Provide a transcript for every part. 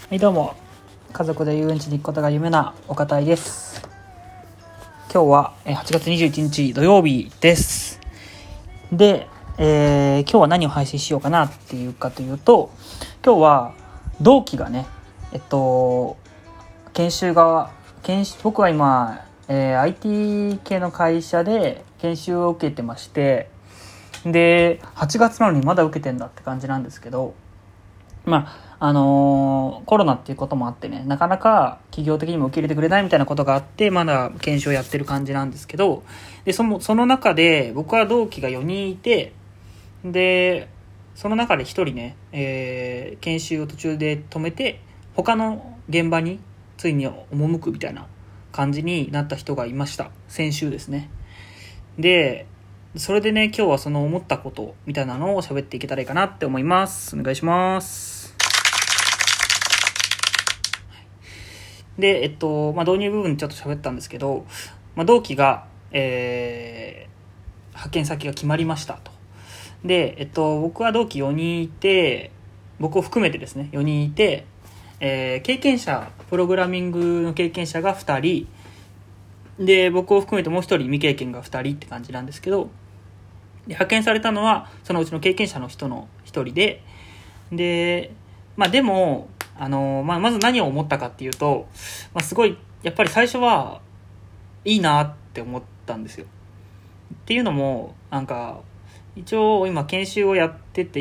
はいどうも、家族で遊園地に行くことが夢な岡田です。今日は8月21日土曜日です。で、今日は何を配信しようかなっていうかというと、今日は同期がね僕は今、IT 系の会社で研修を受けてまして、で8月なのにまだ受けてんだって感じなんですけど、コロナっていうこともあってね、なかなか企業的にも受け入れてくれないみたいなことがあって、まだ研修をやってる感じなんですけど、でその中で僕は同期が4人いて、でその中で1人ね、研修を途中で止めて他の現場についに赴くみたいな感じになった人がいました。先週ですね。でそれでね、今日はその思ったことみたいなのを喋っていけたらいいかなって思います。お願いします。で導入部分ちょっと喋ったんですけど、同期が、派遣先が決まりましたと。で僕は同期4人いて、僕を含めてですね4人いて、経験者、プログラミングの経験者が2人で、僕を含めてもう1人未経験が2人って感じなんですけど、で派遣されたのはそのうちの経験者の人の1人で、でもまず何を思ったかっていうと、すごいやっぱり最初はいいなって思ったんですよ。っていうのも一応今研修をやってて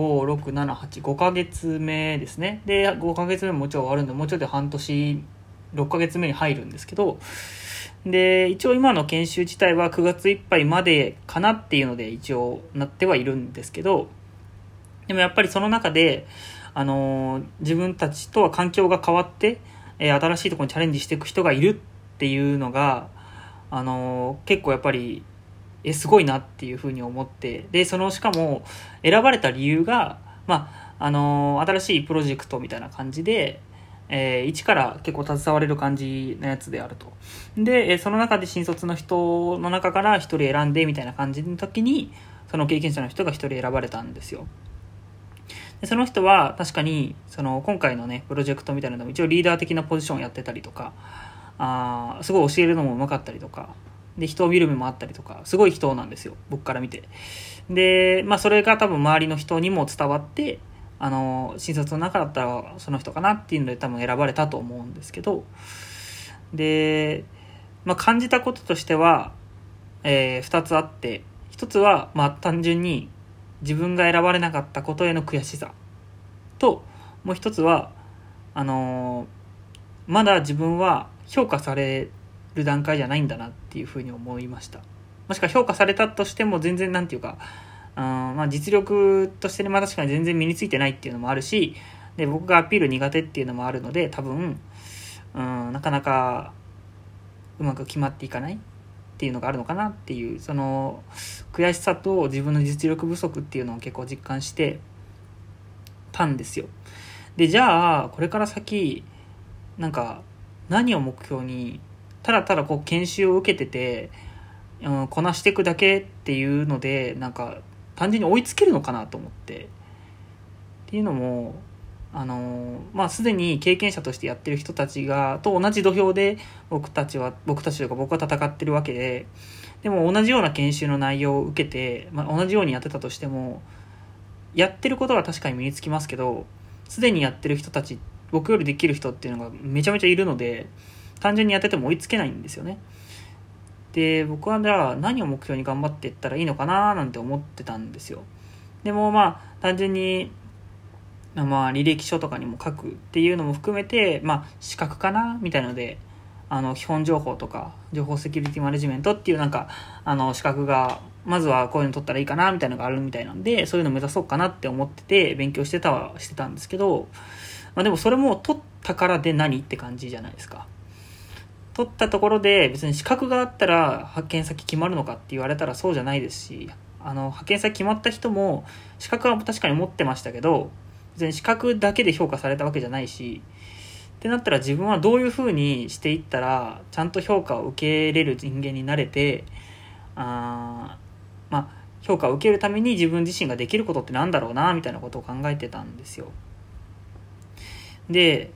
45675ヶ月目ですね。で5ヶ月目ももちろん終わるんで、もうちょっと半年6ヶ月目に入るんですけど、で一応今の研修自体は9月いっぱいまでかなっていうので一応なってはいるんですけど、でもやっぱりその中で自分たちとは環境が変わって、新しいところにチャレンジしていく人がいるっていうのが結構やっぱりすごいなっていうふうに思って、でしかも選ばれた理由が、新しいプロジェクトみたいな感じで、一から結構携われる感じのやつであると。でその中で新卒の人の中から一人選んでみたいな感じの時に、その経験者の人が一人選ばれたんですよ。でその人は確かに今回のねプロジェクトみたいなのも一応リーダー的なポジションをやってたりとか、すごい教えるのもうまかったりとかで、人を見る目もあったりとか、すごい人なんですよ、僕から見て。でそれが多分周りの人にも伝わって、新卒の中だったらその人かなっていうので多分選ばれたと思うんですけど、で、感じたこととしては、2つあって、1つは単純に自分が選ばれなかったことへの悔しさと、もう1つはまだ自分は評価される段階じゃないんだなっていうふうに思いました。もしくは評価されたとしても全然実力としてね、確かに全然身についてないっていうのもあるし、で僕がアピール苦手っていうのもあるので、多分なかなかうまく決まっていかないっていうのがあるのかなっていう、その悔しさと自分の実力不足っていうのを結構実感してたんですよ。でじゃあこれから先何を目標にただただ研修を受けてて、こなしていくだけっていうので単純に追いつけるのかなと思って、っていうのもすでに経験者としてやってる人たちと同じ土俵で僕たちというか僕は戦ってるわけで、でも同じような研修の内容を受けて、同じようにやってたとしてもやってることは確かに身につきますけど、すでにやってる人たち、僕よりできる人っていうのがめちゃめちゃいるので、単純にやってても追いつけないんですよね。で僕はじゃあ何を目標に頑張っていったらいいのかななんて思ってたんですよ。でも単純に履歴書とかにも書くっていうのも含めて、資格かなみたいなので、基本情報とか情報セキュリティマネジメントっていう資格がまずはこういうの取ったらいいかなみたいなのがあるみたいなんで、そういうのを目指そうかなって思ってて勉強してたんですけど、でもそれも取ったからで何って感じじゃないですか。取ったところで別に資格があったら派遣先決まるのかって言われたらそうじゃないですし、派遣先決まった人も資格は確かに持ってましたけど、別に資格だけで評価されたわけじゃないし、ってなったら自分はどういう風にしていったらちゃんと評価を受けれる人間になれて、評価を受けるために自分自身ができることってなんだろうなみたいなことを考えてたんですよ。 で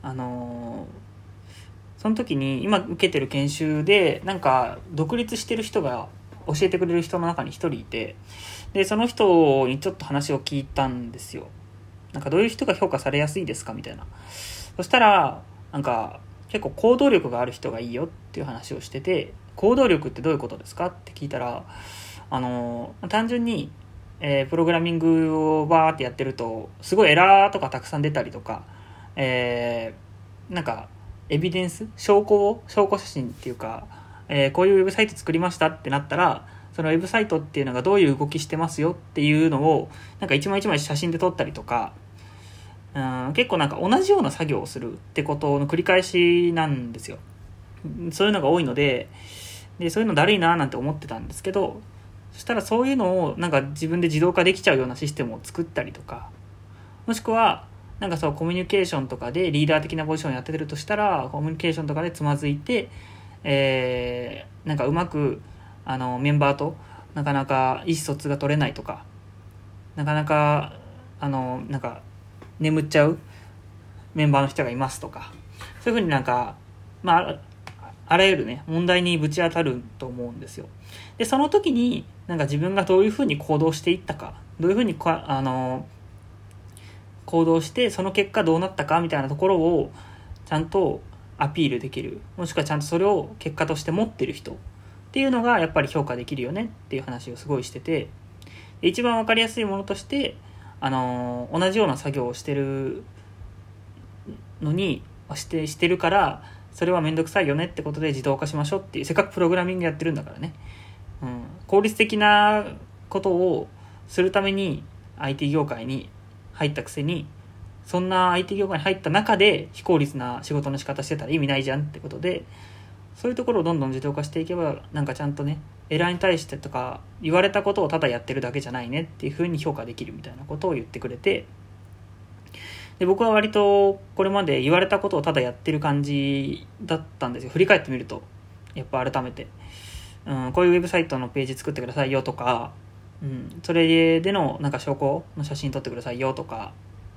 その時に今受けてる研修でなんか独立してる人が教えてくれる人の中に一人いて、でその人にちょっと話を聞いたんですよ。なんかどういう人が評価されやすいですかみたいな。そしたらなんか結構行動力がある人がいいよっていう話をしてて、行動力ってどういうことですかって聞いたら、単純に、プログラミングをバーってやってるとすごいエラーとかたくさん出たりとか、なんかエビデンス証拠写真っていうか、こういうウェブサイト作りましたってなったら、そのウェブサイトっていうのがどういう動きしてますよっていうのをなんか一枚一枚写真で撮ったりとか、結構なんか同じような作業をするってことの繰り返しなんですよ。そういうのが多いので、そういうのだるいななんて思ってたんですけど、そしたらそういうのをなんか自分で自動化できちゃうようなシステムを作ったりとか、もしくはなんかそうコミュニケーションとかでリーダー的なポジションをやってるとしたら、コミュニケーションとかでつまずいて、なんかうまくメンバーとなかなか意思疎通が取れないとか、なかなかなんか眠っちゃうメンバーの人がいますとか、そういうふうになんかあらゆるね問題にぶち当たると思うんですよ。でその時になんか自分がどういうふうに行動していったか、どういうふうに行動してその結果どうなったかみたいなところをちゃんとアピールできる、もしくはちゃんとそれを結果として持ってる人っていうのがやっぱり評価できるよねっていう話をすごいしてて、一番わかりやすいものとして同じような作業をしてるのにしてるからそれはめんどくさいよねってことで自動化しましょうっていう、せっかくプログラミングやってるんだからね、効率的なことをするために IT 業界に入ったくせに、そんな IT 業界に入った中で非効率な仕事の仕方してたら意味ないじゃんってことで、そういうところをどんどん自動化していけばなんかちゃんとねエラーに対してとか言われたことをただやってるだけじゃないねっていう風に評価できるみたいなことを言ってくれて、で僕は割とこれまで言われたことをただやってる感じだったんですよ。振り返ってみるとやっぱ改めて、こういうウェブサイトのページ作ってくださいよとか、それでのなんか証拠の写真撮ってくださいよとか、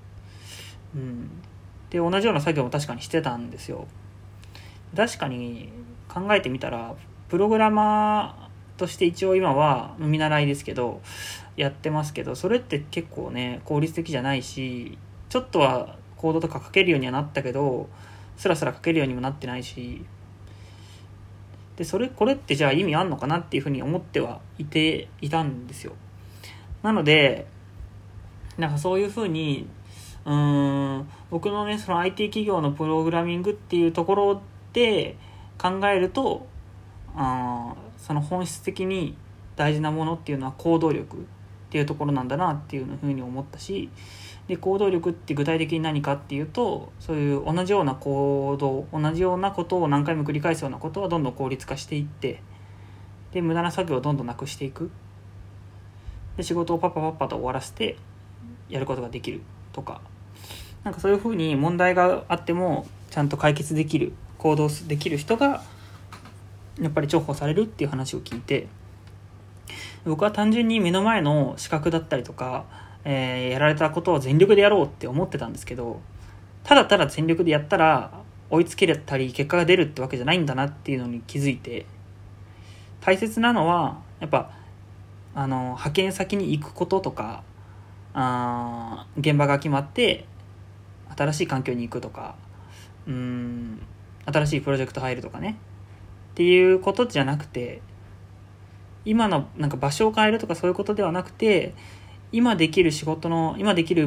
で同じような作業も確かにしてたんですよ。確かに考えてみたらプログラマーとして一応今は見習いですけどやってますけど、それって結構ね効率的じゃないし、ちょっとはコードとか書けるようにはなったけどスラスラ書けるようにもなってないし、でこれってじゃあ意味あんのかなっていうふうに思っていたんですよ。なのでなんかそういうふうに僕のねその IT 企業のプログラミングっていうところで考えると、その本質的に大事なものっていうのは行動力っていうところなんだなっていうふうに思ったし、で行動力って具体的に何かっていうと、そういう同じような行動、同じようなことを何回も繰り返すようなことはどんどん効率化していって、で無駄な作業をどんどんなくしていく、で仕事をパッパと終わらせてやることができるとか、なんかそういうふうに問題があってもちゃんと解決できる、行動できる人がやっぱり重宝されるっていう話を聞いて、僕は単純に目の前の資格だったりとか、やられたことを全力でやろうって思ってたんですけど、ただただ全力でやったら追いつけたり結果が出るってわけじゃないんだなっていうのに気づいて、大切なのはやっぱ派遣先に行くこととか、現場が決まって新しい環境に行くとか、新しいプロジェクト入るとかねっていうことじゃなくて、今のなんか場所を変えるとかそういうことではなくて、今できる仕事、向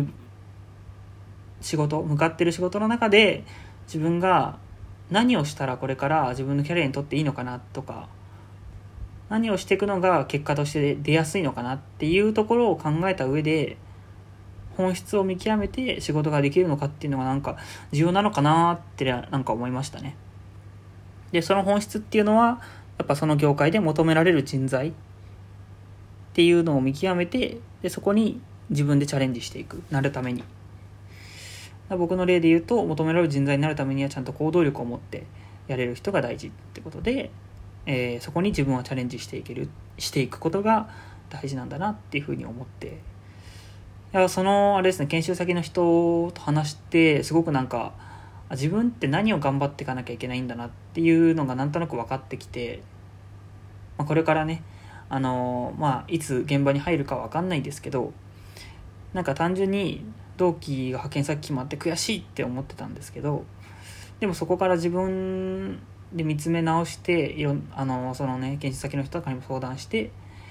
かってる仕事の中で自分が何をしたらこれから自分のキャリアにとっていいのかなとか、何をしていくのが結果として出やすいのかなっていうところを考えた上で本質を見極めて仕事ができるのかっていうのがなんか重要なのかなってなんか思いましたね。でその本質っていうのはやっぱその業界で求められる人材っていうのを見極めて、でそこに自分でチャレンジしていく、なるために、僕の例で言うと求められる人材になるためにはちゃんと行動力を持ってやれる人が大事ってことで、そこに自分はチャレンジしていくことが大事なんだなっていうふうに思って、 やあれですね、研修先の人と話してすごくなんか自分って何を頑張っていかなきゃいけないんだなっていうのがなんとなく分かってきて、これからねいつ現場に入るか分かんないんですけど、なんか単純に同期が派遣先決まって悔しいって思ってたんですけど、でもそこから自分で見つめ直してそのね研修先の人とかにも相談して、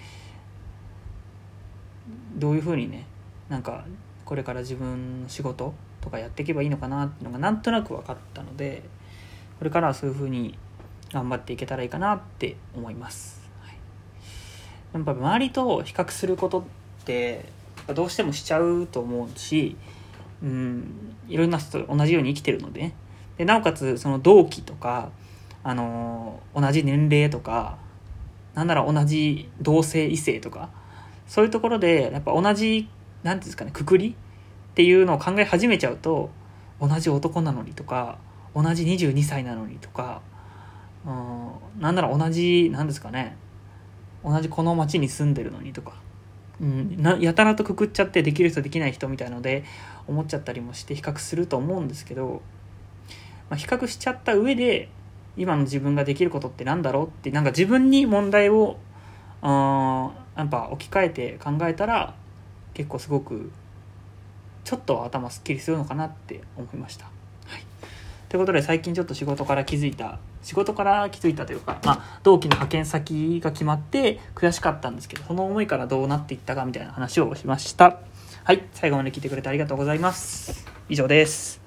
どういうふうにねなんかこれから自分の仕事とかやっていけばいいのかなっていうのがなんとなく分かったので、これからはそういうふうに頑張っていけたらいいかなって思います。やっぱ周りと比較することってどうしてもしちゃうと思うし、いろんな人と同じように生きてるので、ね、でなおかつその同期とか、同じ年齢とかなんなら同じ同性異性とかそういうところでやっぱ同じなんていうんですかねくくりっていうのを考え始めちゃうと、同じ男なのにとか同じ22歳なのにとか、なんなら同じなんですかね同じこの町に住んでるのにとか、やたらとくくっちゃってできる人できない人みたいので思っちゃったりもして比較すると思うんですけど、比較しちゃった上で今の自分ができることってなんだろうってなんか自分に問題をやっぱ置き換えて考えたら結構すごくちょっと頭すっきりするのかなって思いました。ということで最近ちょっと仕事から気づいたというか、同期の派遣先が決まって悔しかったんですけど、その思いからどうなっていったかみたいな話をしました。はい、最後まで聞いてくれてありがとうございます。以上です。